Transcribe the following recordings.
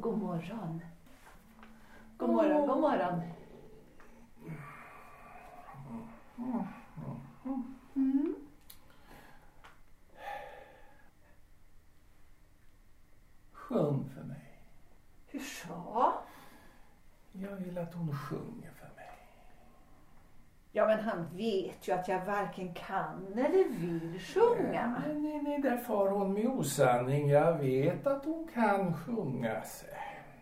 God morgon. God morgon, god morgon. Mm. Sjung för mig. Hur så? Jag vill att hon sjunger för mig. Ja, men han vet ju att jag varken kan eller vill sjunga. Nej, där far hon med osanning. Jag vet att hon kan sjunga sig.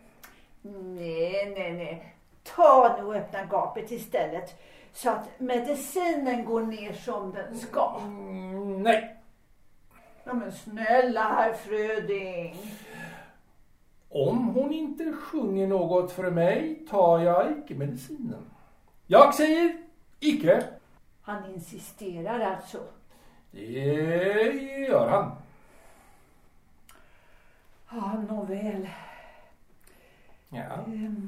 Nej. Ta nu och öppna gapet istället. Så att medicinen går ner som den ska. Nej. Ja, men snälla herr Fröding. Om hon inte sjunger något för mig tar jag icke medicinen. Jag säger icke. Han insisterar alltså. Det gör han. Ja, nåväl. Ja.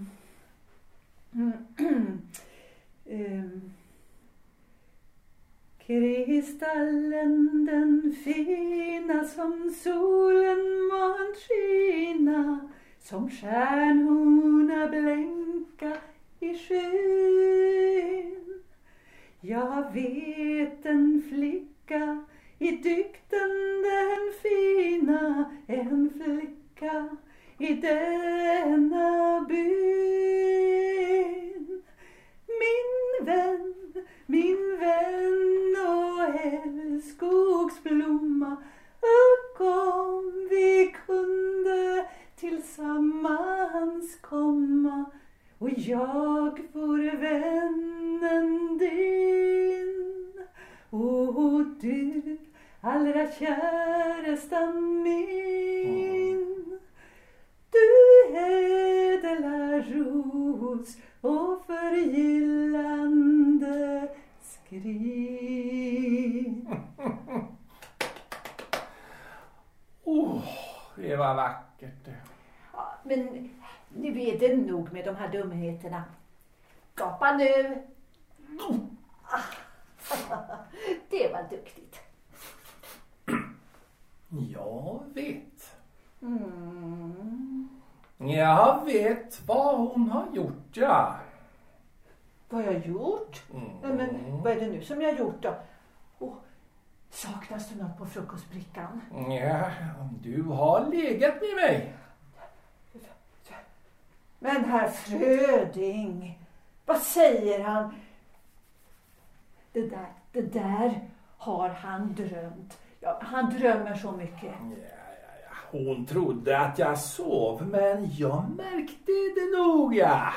Kristallen den fina som solen må skina, som stjärnorna blänka i skyn. Jag vet en flicka i dykten den fina, en flicka i denna byn. Min vän och älskogsblomma, och om vi kunde tillsammans komma, och jag vore vännen din, och du allra käraste min. Du ädla ros och förgyllande skrin. Det var vackert. Ja, men nu är det nog med de här dumheterna. Gapa nu. Det var duktigt. Jag vet. Mm. Jag vet vad hon har gjort, ja. Vad har jag gjort? Men vad är det nu som jag har gjort då? Saknas det något på frukostbrickan? Ja, du har legat med mig. Men herr Fröding, vad säger han? Det där har han drömt. Ja, han drömmer så mycket. Ja. Hon trodde att jag sov, men jag märkte det nog, ja.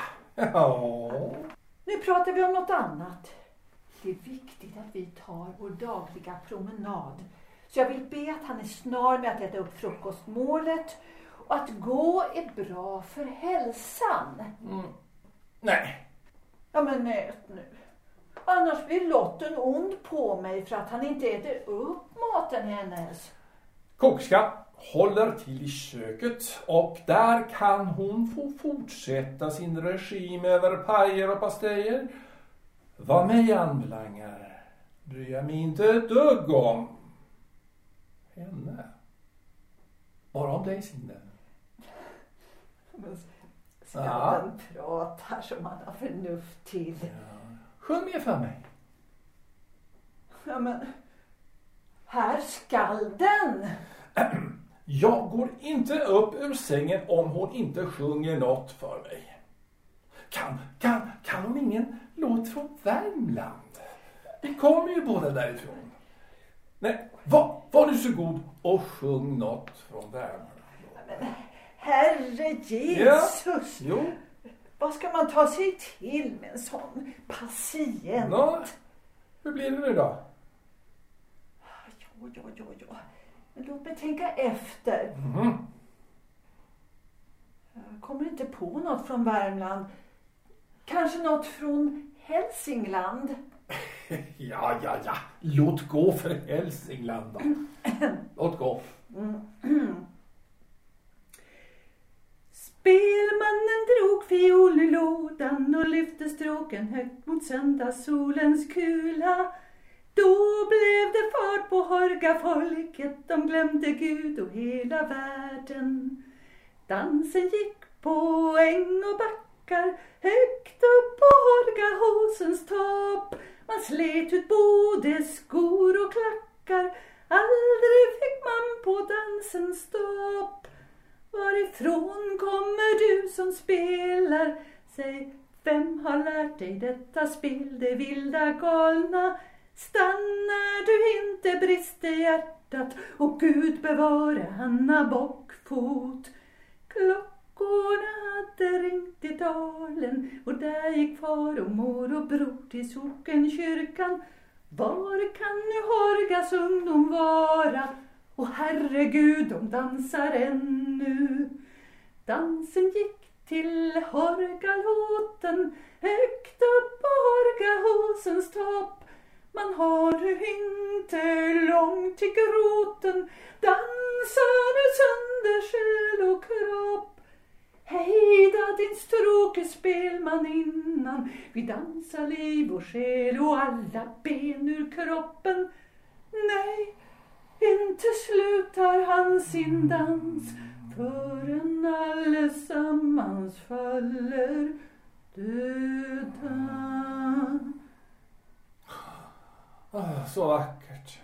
Nu pratar vi om något annat. Det är viktigt att vi tar vår dagliga promenad. Så jag vill be att han är snar med att äta upp frukostmålet. Och att gå är bra för hälsan. Nej. Ja, men ät nu. Annars blir Lotten ond på mig för att han inte äter upp maten hennes. Kokerska håller till i köket och där kan hon få fortsätta sin regim över pajer och pastejer. Vad mig anbelangar bryr jag mig inte dugg om henne. Bara om dig, Sinde. Skallen pratar som han har förnuft till. Ja. Sjung med för mig. Ja, men här skalden. Jag går inte upp ur sängen om hon inte sjunger något för mig. Kan hon ingen låt från Värmland? Vi kommer ju båda därifrån. Nej, var du så god och sjung något från Värmland. Men, Herre Jesus. Ja, jo. Vad ska man ta sig till med en sån patient? Nå, hur blir det nu då? Ja. Men låt mig tänka efter. Jag kommer inte på något från Värmland. Kanske något från Hälsingland. Ja. Låt gå för Hälsingland då. Låt gå. Spelmannen drog fiol i lådan och lyfte stråken högt mot söndagssolens kula. Då blev det fart på hörga folket, de glömde Gud och hela världen. Dansen gick på äng och backar, högt upp på Horgahosens topp. Man slet ut både skor och klackar, aldrig fick man på dansen stopp. Varifrån kommer du som spelar? Säg, vem har lärt dig detta spel, det vilda galna? Stannar du inte, brister hjärtat, och Gud bevare Hanna Bockfot. Klockorna hade ringt i dalen, och där gick far och mor och bror till sockenkyrkan. Var kan nu Horgas ungdom vara? Och herregud, de dansar ännu. Dansen gick till Horgalåten, högt upp på Horgahosens topp. Man har ju inte långt till gråten, dansar nu sönder själ och kropp. Hejda din stråkespel man innan, vi dansar liv och själ och alla ben ur kroppen. Nej, inte slutar han sin dans förrän allesammans faller döda. Så vackert.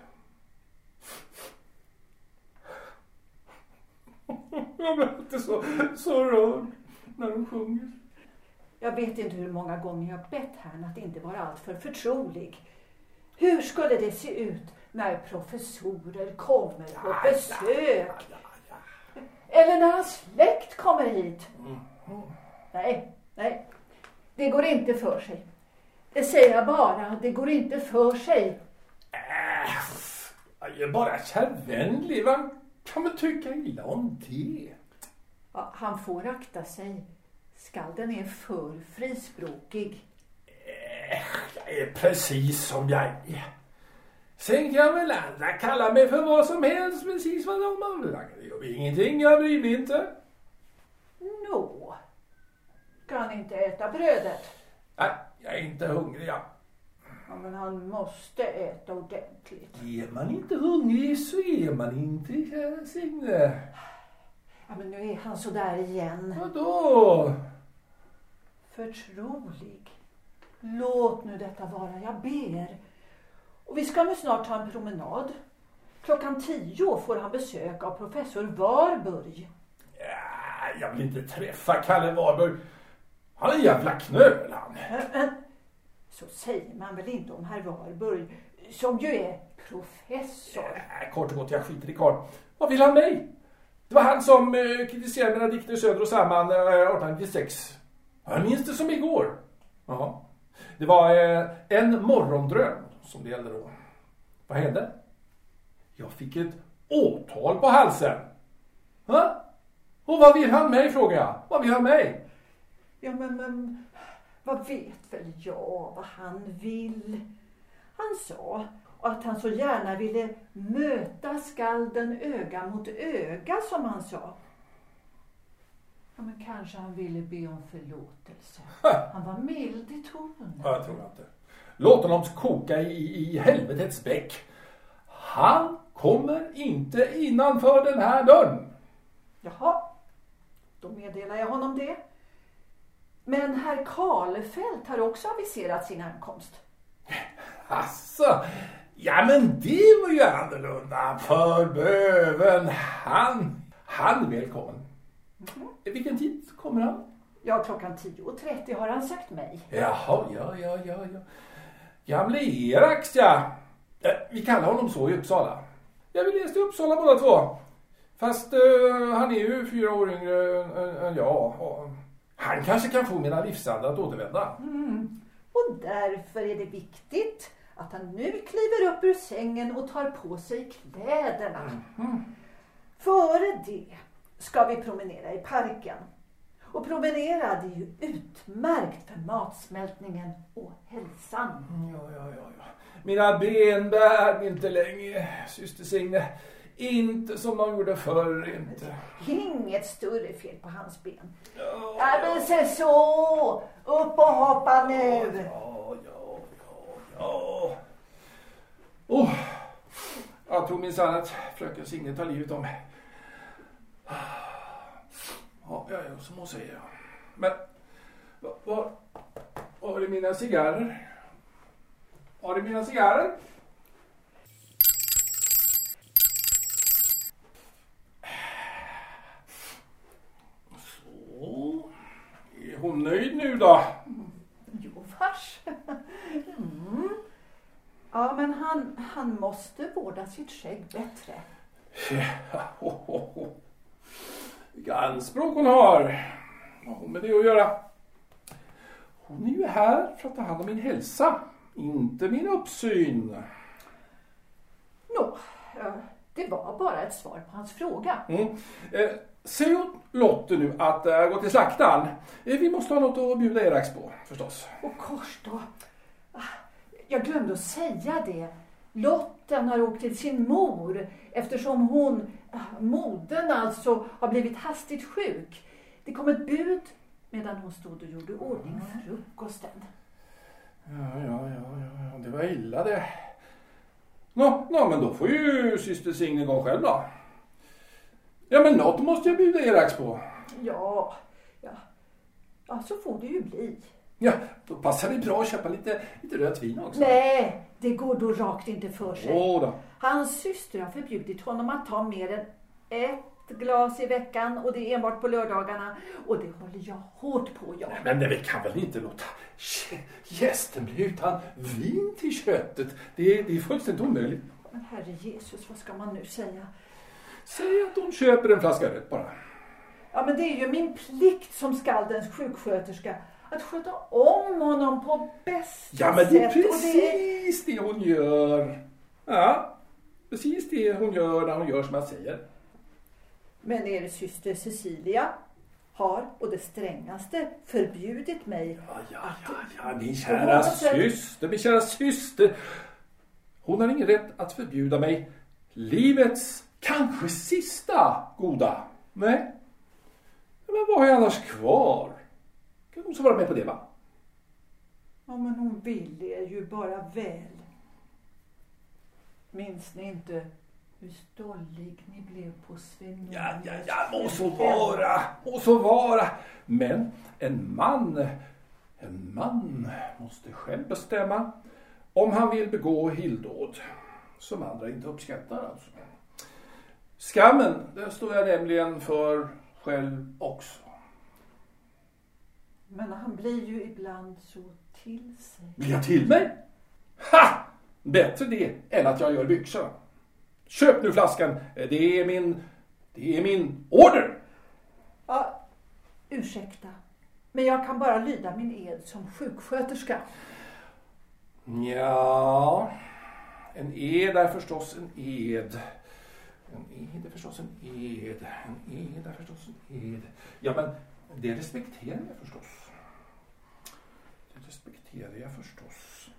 Jag blir alltid så rörd när de sjunger. Jag vet inte hur många gånger jag bett Herren att inte vara allt för förtrolig. Hur skulle det se ut när professorer kommer på besök? Eller när hans släkt kommer hit? Nej. Det går inte för sig. Det säger jag bara, det går inte för sig. Jag är bara kärvänlig. Vem kan man tycka illa om det? Ja, han får akta sig. Skalden är för frispråkig. Jag är precis som jag är. Sen kan väl andra kalla mig för vad som helst, precis vad de anbelangar. Det gör ingenting, jag bryr mig inte. Nå, kan inte äta brödet? Nej, jag är inte hungrig. Ja, men han måste äta ordentligt. Är man inte hungrig så är man inte, Signe. Ja, men nu är han så där igen. Vadå? Förtrolig. Låt nu detta vara, jag ber. Och vi ska nu snart ta en promenad. 10:00 får han besök av professor Warburg. Ja, jag vill inte träffa Kalle Warburg. Han är en jävla knöl han. Så säger man väl inte om herr Warburg, som ju är professor. Kort och gott, jag skiter i karl. Vad vill han mig? Det var han som kritiserade mina dikter söder och samman 1896. Jag minns det som igår. Ja. Det var en morgondröm som det gällde då. Vad hände? Jag fick ett åtal på halsen. Ha? Och vad vill han mig, frågar jag. Vad vill han mig? Ja, men vad vet väl jag vad han vill? Han sa att han så gärna ville möta skalden öga mot öga, som han sa. Ja, men kanske han ville be om förlåtelse. Han var mild i tonen. Ja, jag tror inte. Låt honom koka i helvetets bäck. Han kommer inte innanför den här dörren. Jaha, då meddelar jag honom det. Men herr Karlfeldt har också aviserat sin ankomst. Asså, ja men det var ju annorlunda. För böven, han är välkommen. Vilken tid kommer han? Ja, 10:30 har han sagt mig. Jaha, ja. Gamle Erax, ja. Vi kallar honom så i Uppsala. Ja, vi läste i Uppsala båda två. Fast han är ju 4 år yngre än jag. Och han kanske kan få mina livsandar att återvända. Och därför är det viktigt att han nu kliver upp ur sängen och tar på sig kläderna. Före det ska vi promenera i parken. Och promenera, det är ju utmärkt för matsmältningen och hälsan. Ja. Mina ben bär inte längre, syster Signe. Inte som de gjorde förr, inte. Inget större fel på hans ben. Ja, men se så! Upp och hoppa nu! Ja. Jag tror minsann att fröken Signe tar livet om mig. Ja. som hon säger. Men var är mina cigarrer? Har du mina cigarrer? Så. Är hon nöjd nu då? Jo, vars. Ja, men han måste vårda sitt skägg bättre. Vilka anspråk hon har. Vad har hon med det att göra? Hon är ju här för att ta hand om min hälsa. Inte min uppsyn. Det var bara ett svar på hans fråga. Säg åt Lotte nu att gå till slaktaren. Vi måste ha något att bjuda Erax på, förstås. Och kors då. Jag glömde att säga det. Lotten har åkt till sin mor eftersom modern alltså har blivit hastigt sjuk. Det kom ett bud medan hon stod och gjorde ordning frukosten. Ja, det var illa det. Nå, men då får ju syster Signe gå själv då. Ja, men något måste jag bjuda Erax på. Ja, så får det ju bli. Ja, då passar det bra att köpa lite rött vin också. Nej, det går då rakt inte för sig. Då. Hans syster har förbjudit honom att ta mer än ett glas i veckan och det är enbart på lördagarna. Och det håller jag hårt på, ja. Men vi kan väl inte låta gästen bli utan vin till köttet. Det är fullständigt omöjligt. Men Herre Jesus, vad ska man nu säga? Säg att hon köper en flaska rött bara. Ja, men det är ju min plikt som skaldens sjuksköterska att sköta om honom på bästa sätt. Ja, men det är precis det hon gör. Ja, precis det hon gör när hon gör som jag säger. Men är det syster Cecilia har och det strängaste förbjudit mig. Ja, min kära syster. Hon har ingen rätt att förbjuda mig livets kanske sista goda. Nej. Men vad har jag annars kvar? Kan hon så vara med på det, va? Ja, men hon vill er ju bara väl. Minns ni inte hur stollig ni blev på Sven? Ja, må så vara. Men en man måste själv bestämma om han vill begå hilldåd som andra inte uppskattar alltså. Skammen, det står jag nämligen för själv också. Men han blir ju ibland så till sig. Blir jag till mig? Ha! Bättre det än att jag gör byxorna. Köp nu flaskan. Det är min order. Ja, ursäkta. Men jag kan bara lyda min ed som sjuksköterska. Ja, en ed är förstås en ed. En ed är förstås en ed. En ed är förstås en ed. Ja, men det respekterar jag förstås.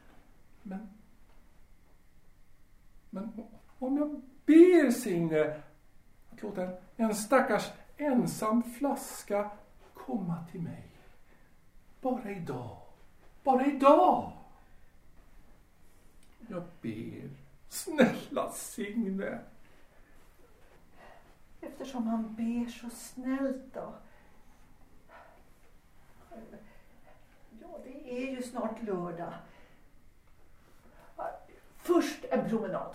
Men om jag ber Signe att låta en stackars ensam flaska komma till mig. Bara idag. Jag ber, snälla Signe. Eftersom han ber så snällt då. Ja, det är ju snart lördag. Först en promenad.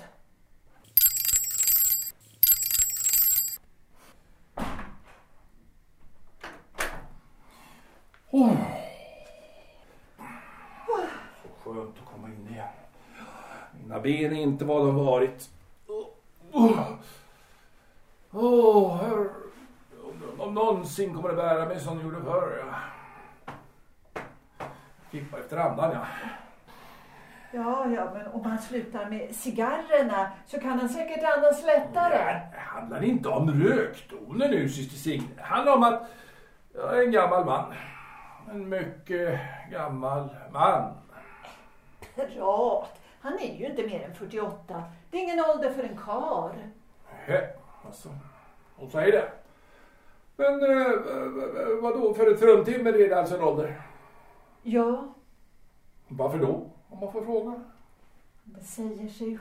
Så skönt att komma in igen. Mina ben är inte vad de varit. Om någonsin kommer det bära mig som gjorde förr. Kippa efter andan, ja. Ja, men om han slutar med cigarrerna så kan han säkert andas lättare. Det handlar inte om röktoner nu, syster Signe. Det handlar om att jag är en gammal man. En mycket gammal man. Prat. Han är ju inte mer än 48. Det är ingen ålder för en karl. Alltså, hon säger det. Men vad då för ett fruntimmer är det alltså en ålder? Ja. Varför då, om man får fråga? Det säger sig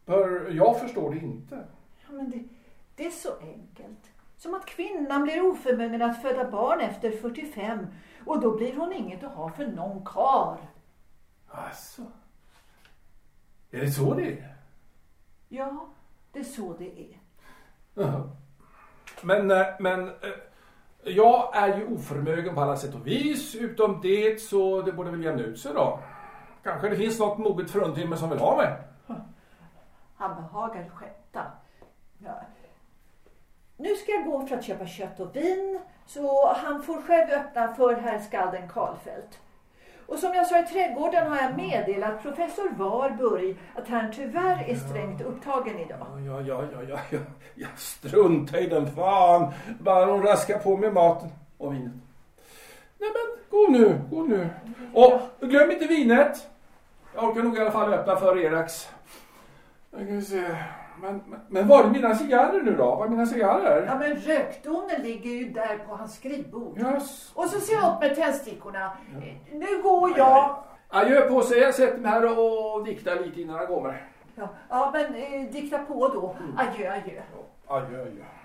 För jag förstår det inte. Ja, men det är så enkelt. Som att kvinnan blir oförmögen att föda barn efter 45 och då blir hon inget att ha för någon kar. Alltså. Är det så det är? Ja, det är så det är. Uh-huh. Men jag är ju oförmögen på alla sätt och vis. Utom det så det borde väl jämna ut sig då. Kanske det finns något moget fruntimmer som vill ha mig. Han behagar skämta. Ja. Nu ska jag gå för att köpa kött och vin så han får själv öppna för herr skalden Karlfeldt. Och som jag sa i trädgården har jag meddelat professor Warburg att han tyvärr är strängt upptagen idag. Jag struntar i den fan. Bara hon raskar på med maten och vinet. Nej men, gå nu. Och glöm inte vinet. Jag orkar nog i alla fall öppna för Erax. Jag kan se. Men var är mina cigarrer nu då? Var är mina cigarrer? Ja men rökdonen ligger ju där på hans skrivbord. Yes. Och så ser jag upp med tändstickorna. Ja. Nu går jag. Adjö på sig. Jag sätter mig här och diktar lite innan jag går med. Ja men dikta på då. Adjö. Adjö.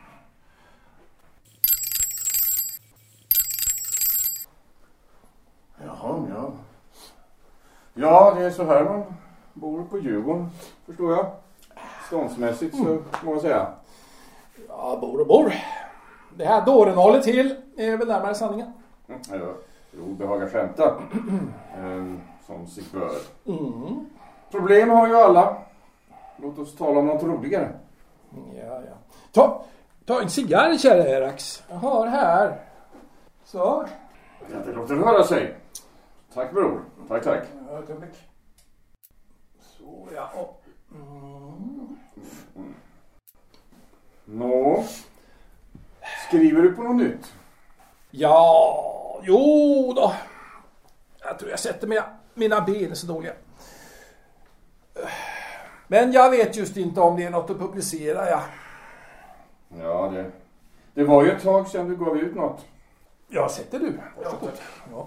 Jaha. Ja, det är så här man bor på Djurgården, förstår jag. Ståndsmässigt så må man säga. Ja, bor. Det här dåren håller till är väl närmare sanningen. Jag behagar skämta. Som sig bör. Problem har ju alla. Låt oss tala om något roligare. Ja. Ta en cigarr, kära Erax. Jag har här. Så. Det låter höra sig. Tack bror. Tack. Ja, ett ögonblick. Så ja. Nå. Skriver du på något nytt? Ja, jo då. Jag tror jag sätter mina ben är så dåliga. Men jag vet just inte om det är något att publicera, ja. Ja, det var ju ett tag sedan du gav ut något. Ja, sätter du. Ja.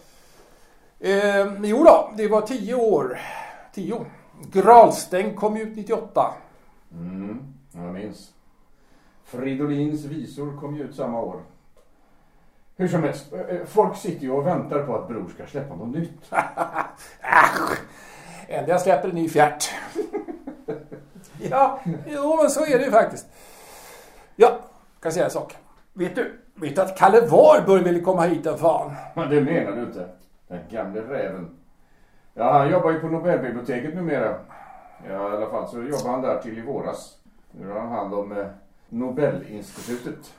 Jo då, det var 10 år. 10. Gralstäng kom ut 98. Jag minns. Fridolins visor kom ju ut samma år. Hur som helst, folk sitter ju och väntar på att bror ska släppa något nytt. Ändå jag släpper en ny fjärt. Ja, jo men så är det ju faktiskt. Ja, kan säga en sak. Vet du att Kalle Warburg ville komma hit en fan? Men det menar du inte. Den gamle räven. Ja, han jobbar ju på Nobelbiblioteket numera. Ja, i alla fall så jobbar han där till i våras. Nu har han hand om Nobelinstitutet.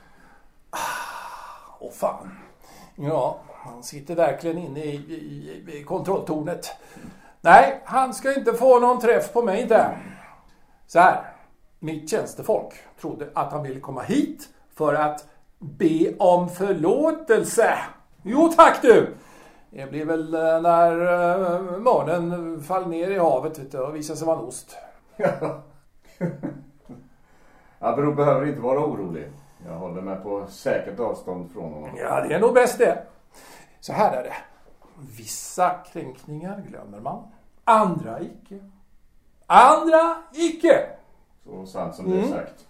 Åh fan. Ja, han sitter verkligen inne i kontrolltornet. Nej, han ska inte få någon träff på mig där. Så här, mitt tjänstefolk trodde att han ville komma hit för att be om förlåtelse. Jo tack du! Det blir väl när månen faller ner i havet och visar sig vara en ost. Ja, bror behöver inte vara orolig. Jag håller mig på säkert avstånd från honom. Ja, det är nog bäst det. Så här är det. Vissa kränkningar glömmer man. Andra icke. Så sant som det är sagt.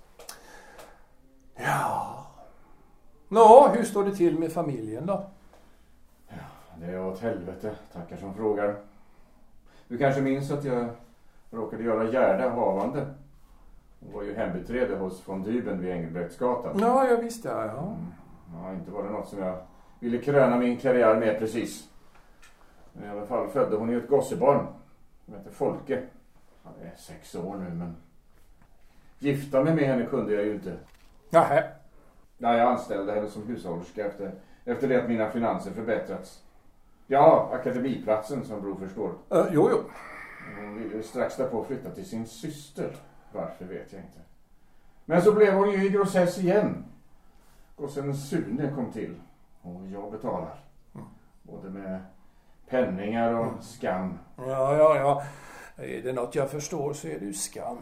Ja. Nå, hur står det till med familjen då? Ja, det är åt helvete. Tackar som frågar. Du kanske minns att jag råkade göra Gerda havande. Hon var ju hembiträde hos von Dyben vid Engelbrektsgatan. Ja, jag visste ja. Ja, inte var det något som jag ville kröna min karriär med precis. Men i alla fall födde hon ju ett gossebarn. Som heter Folke. Han är 6 år nu, men gifta mig med henne kunde jag ju inte. Nähä. Ja, jag anställde henne som hushållerska efter det att mina finanser förbättrats. Ja, akademiplatsen som bror förstår. Jo. Hon ville ju strax därpå flytta till sin syster. Varför vet jag inte. Men så blev hon ju i grossess igen. Gossen Sune kom till. Och jag betalar. Både med penningar och skam. Ja. Är det något jag förstår så är det ju skam.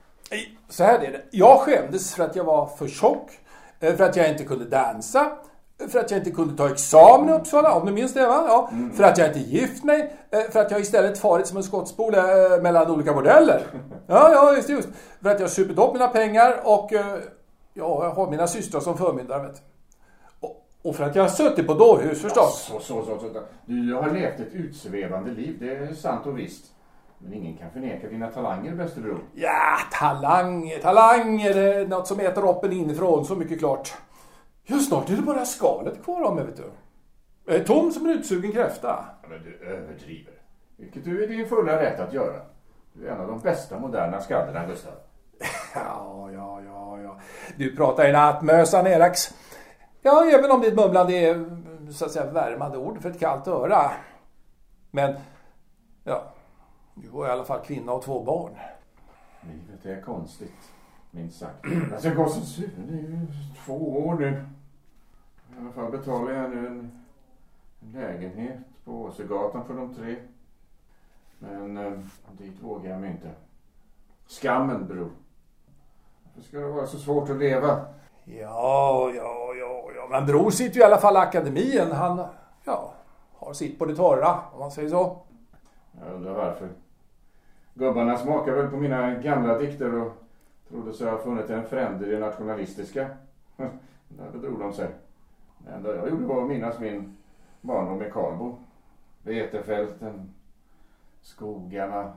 Så här är det. Jag skämdes för att jag var för tjock. För att jag inte kunde dansa. För att jag inte kunde ta examen i Uppsala, om du minns det va? Ja. För att jag inte gift mig. För att jag istället farit som en skottspole mellan olika modeller. Ja, just. För att jag supit upp mina pengar och jag har mina systrar som förmyndare, vet. Och för att jag har suttit på dårhus förstås. Ja, så. Du har levt ett utsvävande liv, det är sant och visst. Men ingen kan förneka dina talanger, bäste bror. Ja, talanger. Det är något som äter upp en inifrån, så mycket klart. Ja, snart är det bara skalet kvar om mig, vet du. Tom som en utsugen kräfta. Ja, men du överdriver. Vilket du är din fulla rätt att göra. Du är en av de bästa moderna skalderna, Gustav. Ja. Du pratar i nattmösan, Erax. Ja, även om ditt mumlande är så att säga värmande ord för ett kallt öra. Men, ja, du var i alla fall kvinna och 2 barn. Livet är konstigt, minst sagt. Jag ska gå som sur, det är ju 2 år nu. I alla fall betalar jag nu en lägenhet på Åsegatan för de 3. Men dit vågar jag mig inte. Skammen, bror. Varför ska det vara så svårt att leva? Ja. Men bror sitter ju i alla fall i akademin. Han, har sitt på det torra, om man säger så. Jag undrar varför. Gubbarna smakar väl på mina gamla dikter och trodde sig ha funnit en frände i det nationalistiska. Där bedrog de sig. Det enda jag gjorde var att minnas min barndom i Karlbo. Vetefälten, skogarna,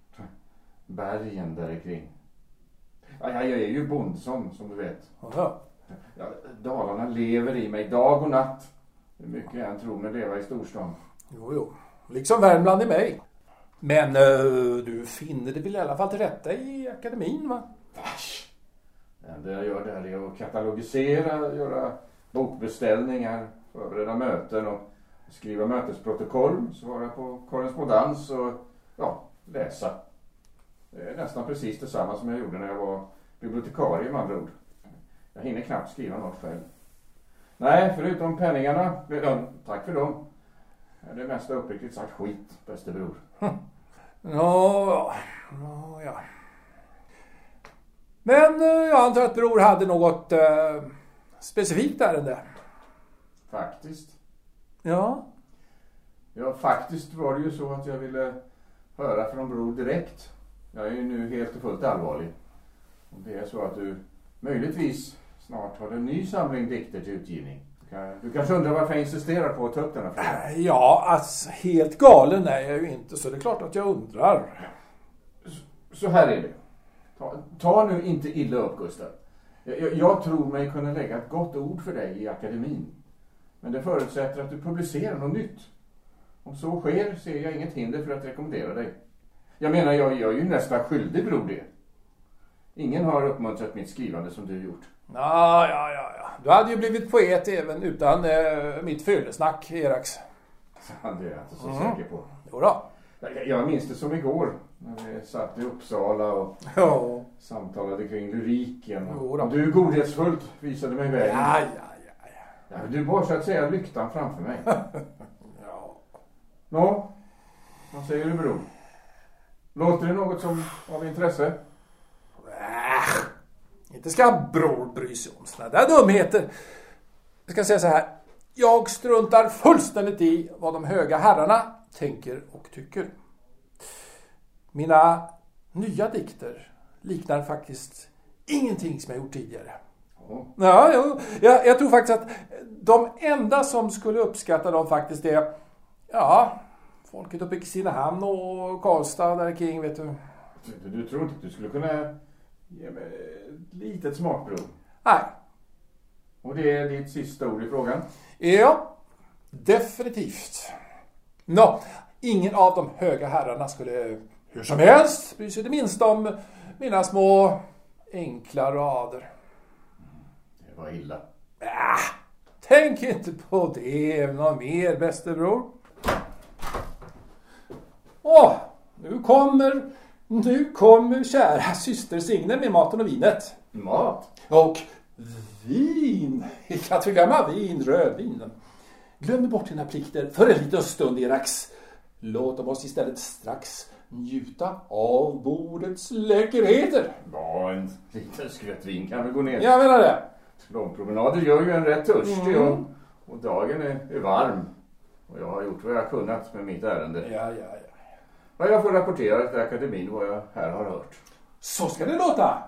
bergen där kring. Ja, jag är ju bondson, som du vet. Aha. Ja, Dalarna lever i mig dag och natt. Hur mycket jag än tror mig leva i storstan. Jo. Liksom Värmland i mig. Men du finner det väl i alla fall till rätta i akademin, va? Vasch! Det enda jag gör där är att katalogisera, göra bokbeställningar, förbereda möten och skriva mötesprotokoll, svara på korrespondens och läsa. Det är nästan precis detsamma som jag gjorde när jag var bibliotekarie, med andra ord. Jag hinner knappt skriva något själv. Nej, förutom penningarna, tack för dem, är det mesta uppriktigt sagt skit, bäste bror. Ja. Men jag antar att bror hade något specifikt ärende. Faktiskt. Ja. Ja, faktiskt var det ju så att jag ville höra från bror direkt. Jag är ju nu helt och fullt allvarlig. Om det är så att du möjligtvis snart har en ny samling dikter till utgivning. Du kanske undrar varför jag insisterar på att ta upp denna fråga. Ja, alltså helt galen är jag ju inte, så det är klart att jag undrar. Så här är det. Ta nu inte illa upp, Gustav. Jag tror mig kunna lägga ett gott ord för dig i akademin. Men det förutsätter att du publicerar något nytt. Om så sker ser jag inget hinder för att rekommendera dig. Jag menar, jag är ju nästan skyldig, bror, det. Ingen har uppmuntrat mitt skrivande som du gjort. Ja. Du hade ju blivit poet även utan mitt fyllesnack, Erax. Det är jag inte så säker på. Jodå. Jag minns det som igår när vi satt i Uppsala och samtalade kring lyriken. Och du godhetsfullt visade mig vägen. Ja, du var så att säga lyktan framför mig. Nå, vad säger du, bror? Låter det något som av intresse? Inte ska bror bry sig om såna där dumheter. Jag ska säga så här. Jag struntar fullständigt i vad de höga herrarna tänker och tycker. Mina nya dikter liknar faktiskt ingenting som jag gjort tidigare. Jag tror faktiskt att de enda som skulle uppskatta dem faktiskt är folket uppe i Kristinehamn och Karlstad där kring, vet du. Du tror inte att du skulle kunna ge mig ett litet smakprov? Nej. Och det är ditt sista ord i frågan? Ja, definitivt. Ingen av de höga herrarna skulle hur som helst bry sig det minsta om mina små enkla rader. Det var illa. Tänk inte på det, någon mer, bäste bror. Nu kommer kära syster Signe med maten och vinet. Mat? Och vin. Jag tror glömma vin, rödvin. Glöm bort dina plikter för en liten stund, Erax. Låt oss istället strax njuta av bordets läckerheter. Ja, en liten skvätt vin kan väl gå ner. Jag menar det. Långpromenader gör ju en rätt törstig Och dagen är varm. Och jag har gjort vad jag kunnat med mitt ärende. Ja. Och jag får rapportera till akademin vad jag här har hört. Så ska det låta.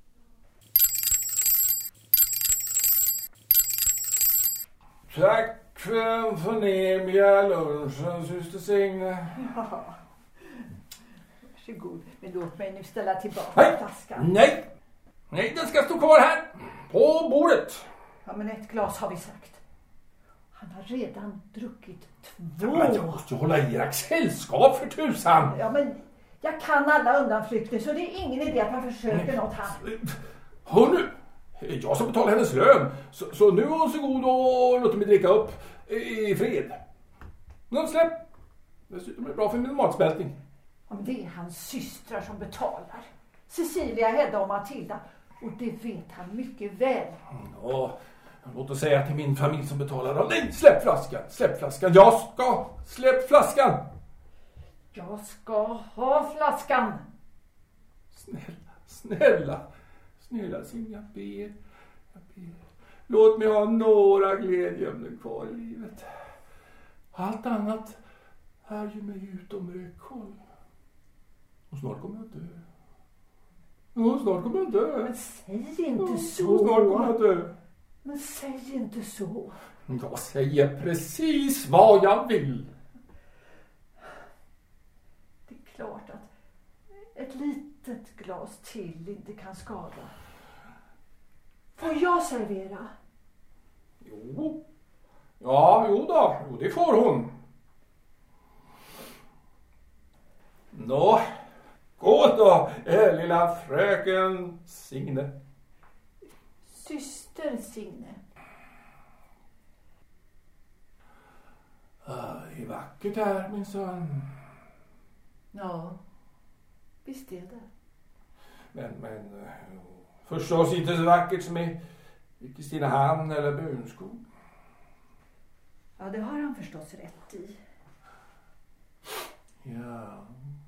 Tack för den förnämliga lunchen, syster Signe. Ja. Varsågod. Men låt mig nu ställa tillbaka Nej, flaskan. nej, den ska stå kvar här. På bordet. Ja, men ett glas har vi sagt. Han har redan druckit 2. Men jag måste ju hålla Irak sällskap för tusan. Ja, men jag kan alla undanflykter så det är ingen idé att man försöker något här. Hör nu. Jag som betalar hennes lön. Så nu är hon så god och låter mig dricka upp i fred. Nå, släpp. Dessutom är det bra för min matsmältning. Ja, men det är hans systrar som betalar. Cecilia, Hedda och Matilda. Och det vet han mycket väl. Ja, låt oss säga till min familj som betalar. Nej, släpp flaskan. Släpp flaskan. Jag ska ha flaskan. Snälla Signe, jag ber. Låt mig ha några glädjeämnen kvar i livet. Allt annat är ju mig utom räckhåll. Och snart kommer jag dö. Men säg inte så. Snart kommer jag dö. Men säg inte så. Jag säger precis vad jag vill. Det är klart att ett litet glas till inte kan skada. Får jag servera? Jo. Ja, jo, det får hon. Nå, gå då, lilla fröken Signe. Syster Signe. Det är vackert här, min son. Ja, visst är det. Men förstås inte så vackert som i Kristinehamn eller Bunskog. Ja, det har han förstås rätt i. Ja.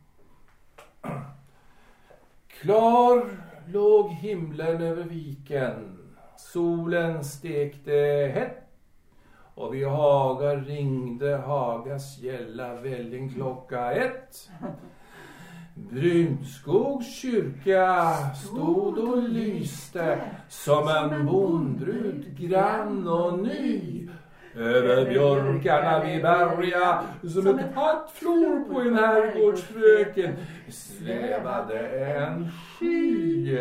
Klar låg himlen över viken. Solen stekte hett. Och vid Haga ringde Hagas gälla välling klocka 1. Brunskogs kyrka stod och lyste som en bondbrud grann och ny. Över björkarna vid berga som ett hattflor på en herrgårdsfröken svävade en sky.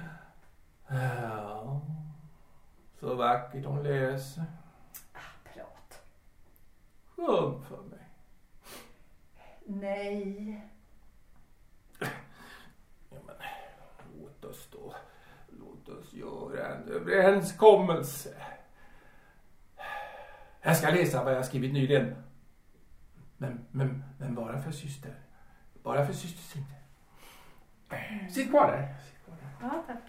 Ja, så vackert hon läser. Prat. Sjung för mig. Nej. Ja, men låt oss göra en överenskommelse. Jag ska läsa vad jag skrivit nyligen. Men bara för syster. Bara för syster Signe. Sitt kvar där. Ja, tack.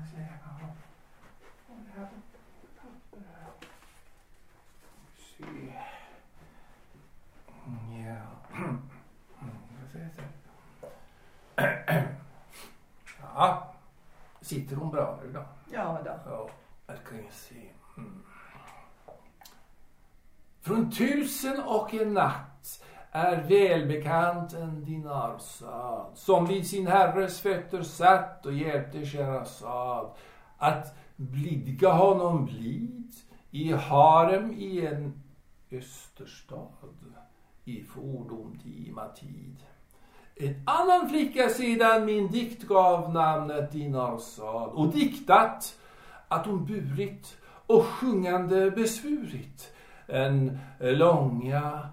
Ja. Sitter hon bra nu då? Ja då. Ja, jag kan se. Från 1001 natt är välbekant en dinarsad som vid sin herres fötter satt och hjälpte Sherazad att blidka honom blid i harem i en österstad i fordomtima tid. En annan flicka sedan min dikt gav namnet dinarsad och diktat att hon burit och sjungande besvurit en långa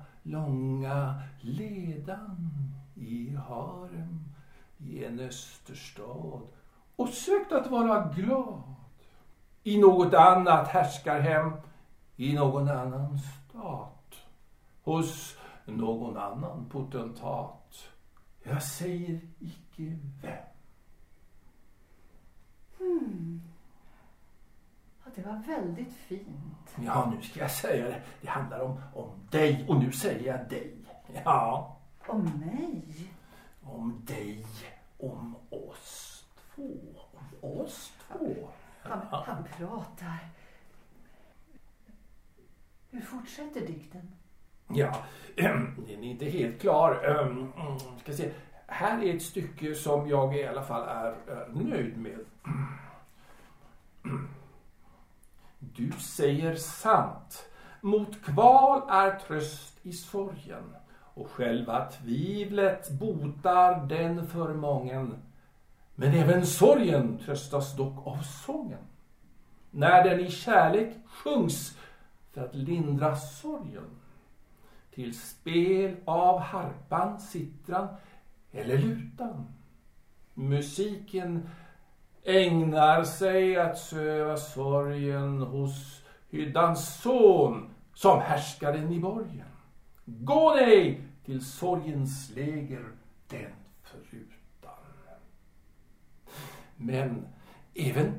ledan i harem i en österstad och sökt att vara glad i något annat härskarhem i någon annan stat hos någon annan potentat. Jag säger icke vem. Ja, det var väldigt fint. Ja, nu ska jag säga det. Det handlar om dig. Och nu säger jag dig. Ja. Om mig? Om dig. Om oss två. Om oss två. Han pratar. Hur fortsätter dikten? Ja, den är inte helt klar. Ska se. Här är ett stycke som jag i alla fall är nöjd med. Du säger sant. Mot kval är tröst i sorgen. Och själva tvivlet botar den för mången. Men även sorgen tröstas dock av sången. När den i kärlek sjungs för att lindra sorgen. Till spel av harpan, sittran eller lutan. Musiken ägnar sig att söva sorgen hos hyddans son som härskaren i borgen. Gå dig till sorgens läger den förutan. Men även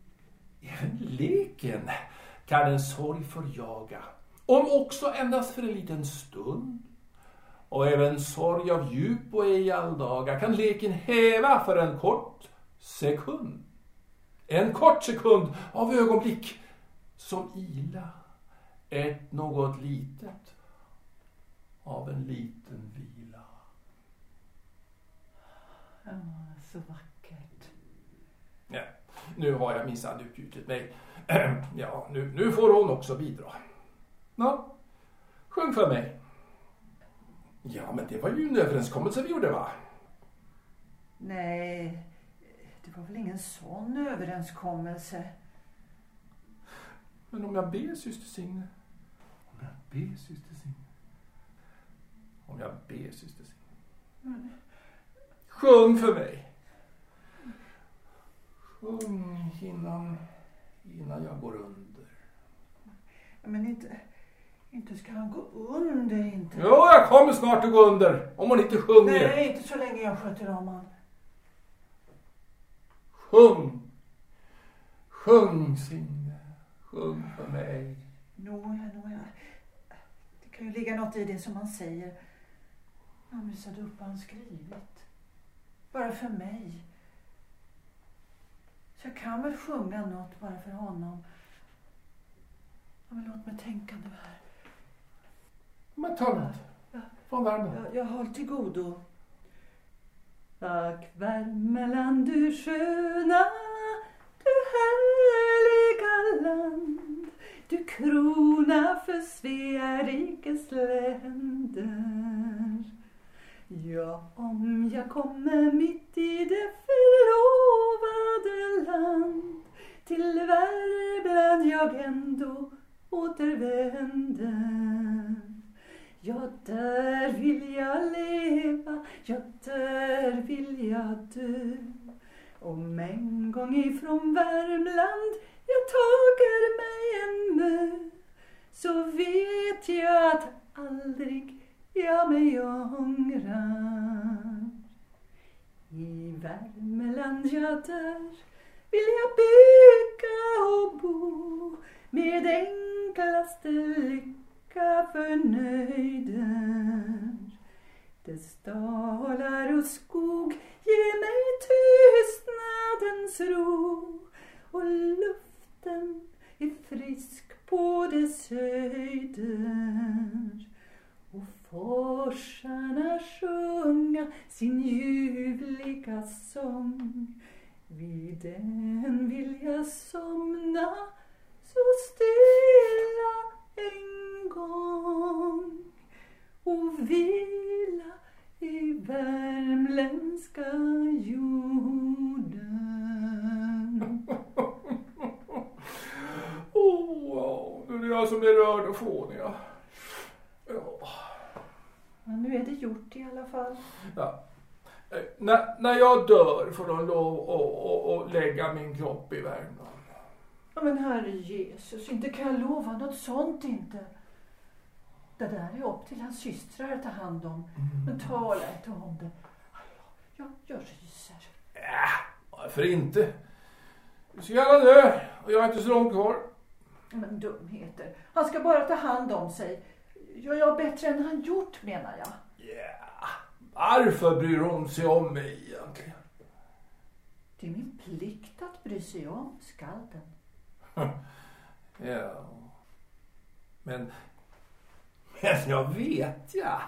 leken kan en sorg förjaga, om också endast för en liten stund. Och även sorg av djup och ej alldaga kan leken häva för en kort sekund. En kort sekund av ögonblick som ila ett något litet av en liten vila. Ja, så vackert. Ja, nu har jag minsann utgjutit mig. Ja, nu får hon också bidra. Ja, sjung för mig. Ja, men det var ju en överenskommelse vi gjorde, va? Nej, det var väl ingen sån överenskommelse. Men om jag ber syster Signe. Om jag ber syster Signe. Sjung för mig. Sjung innan jag går under. Men inte ska han gå under, inte. Jo, jag kommer snart att gå under. Om hon inte sjunger. Nej, inte så länge jag sköter om han. Sjung Signe. Sjung för mig. Nåja. Det kan ju ligga något i det som han säger. Han visade upp vad han skrivit. Bara för mig. Så jag kan väl sjunga något bara för honom. Ja, men låt mig tänka nu här. Men ta något. Ja. Från Värmland. Jag har till godo. Ack Värmeland, du sköna, du härliga land. Du krona för Svea rikes länder. Ja, om jag kommer mitt i det förlovade land, till Värmland jag ändå återvänder. Ja, där vill jag leva, ja, där vill jag dö. Om en gång ifrån Värmland jag tager mig en mö, så vet jag att aldrig jag mig ångrar. I Värmland jag där vill jag bygga och bo, med enklaste lycka förnöjder. Dess dalar och skog ger mig tystnadens ro, och luften är frisk på dess höjder. Och forsarna sjunga sin ljuvliga sång, vid den vill jag somna så stilla en gång, och vila i värmländska jorden. Nu är det jag som blir rörd och fånig. Ja. Men nu är det gjort i alla fall. Ja. När jag dör får de lov att lägga min kropp i Värmland. Ja, men Herre Jesus, inte kan jag lova något sånt inte. Det där är upp till hans systrar att ta hand om. Men tala inte om det. Jag ryser. Ja, varför inte? Du ska gärna dö och jag är inte så långt kvar. Men dumheter. Han ska bara ta hand om sig. Jag gör bättre än han gjort, menar jag. Ja, varför bryr hon sig om mig egentligen? Det är min plikt att bry sig om skalden. Ja. Men jag vet ja.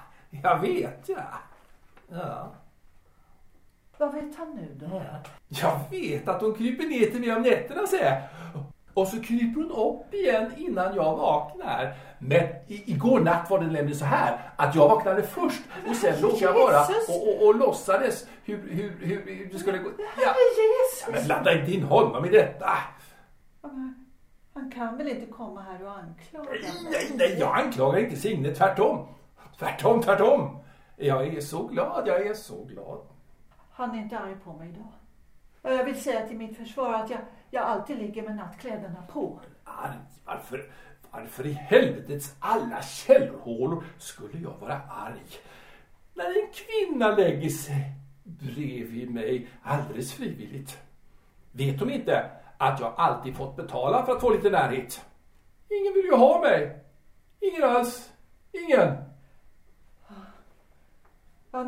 Ja. Vad vet han nu då? Jag vet att hon kryper ner till mig om nätterna, säger. Och så kryper hon upp igen innan jag vaknar. Men igår natt var det nämligen så här att jag vaknade först och sen låg jag bara och låtsades hur det skulle gå. Ja. Men blanda inte in honom i detta. Han kan väl inte komma här och anklaga mig? Nej, jag anklagar inte Signe, tvärtom. Tvärtom. Jag är så glad. Han är inte arg på mig idag. Jag vill säga till mitt försvar att jag alltid ligger med nattkläderna på. Varför i helvetets alla källhålor skulle jag vara arg? När en kvinna lägger sig bredvid mig alldeles frivilligt. Vet de inte att jag alltid fått betala för att få lite närhet? Ingen vill ju ha mig. Ingen alls. Ingen. Ja,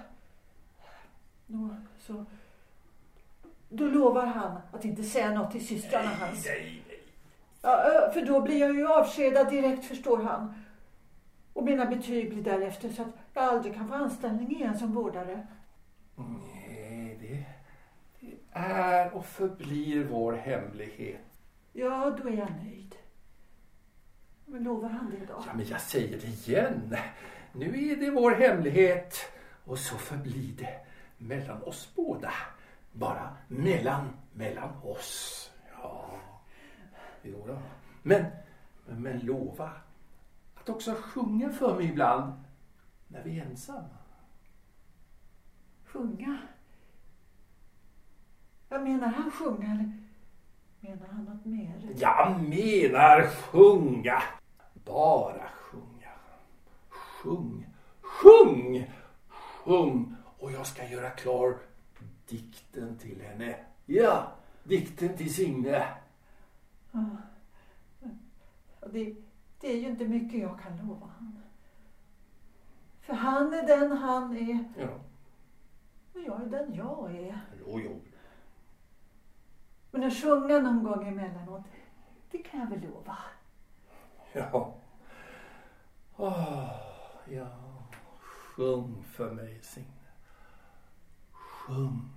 så... Då lovar han att inte säga något till systrarna hans. Nej. Ja, för då blir jag ju avskedad direkt, förstår han. Och mina betyg blir därefter så att jag aldrig kan få anställning igen som vårdare. Nej, det är och förblir vår hemlighet. Ja, då är jag nöjd. Men lovar han det då? Ja, men jag säger det igen. Nu är det vår hemlighet. Och så förblir det mellan oss båda. Bara mellan oss. Ja. Jo då. Men lova att också sjunga för mig ibland när vi är ensamma. Sjunga? Jag menar han sjunga eller menar han något mer? Jag menar sjunga. Bara sjunga. Sjung. Och jag ska göra klar dikten till henne. Ja, dikten till Signe. Ja. Det är ju inte mycket jag kan lova han. För han är den han är. Ja. Och jag är den jag är. Jo. Men att sjunga någon gång emellanåt, det kan jag väl lova. Ja. Ja. Sjung för mig, Signe. Sjung.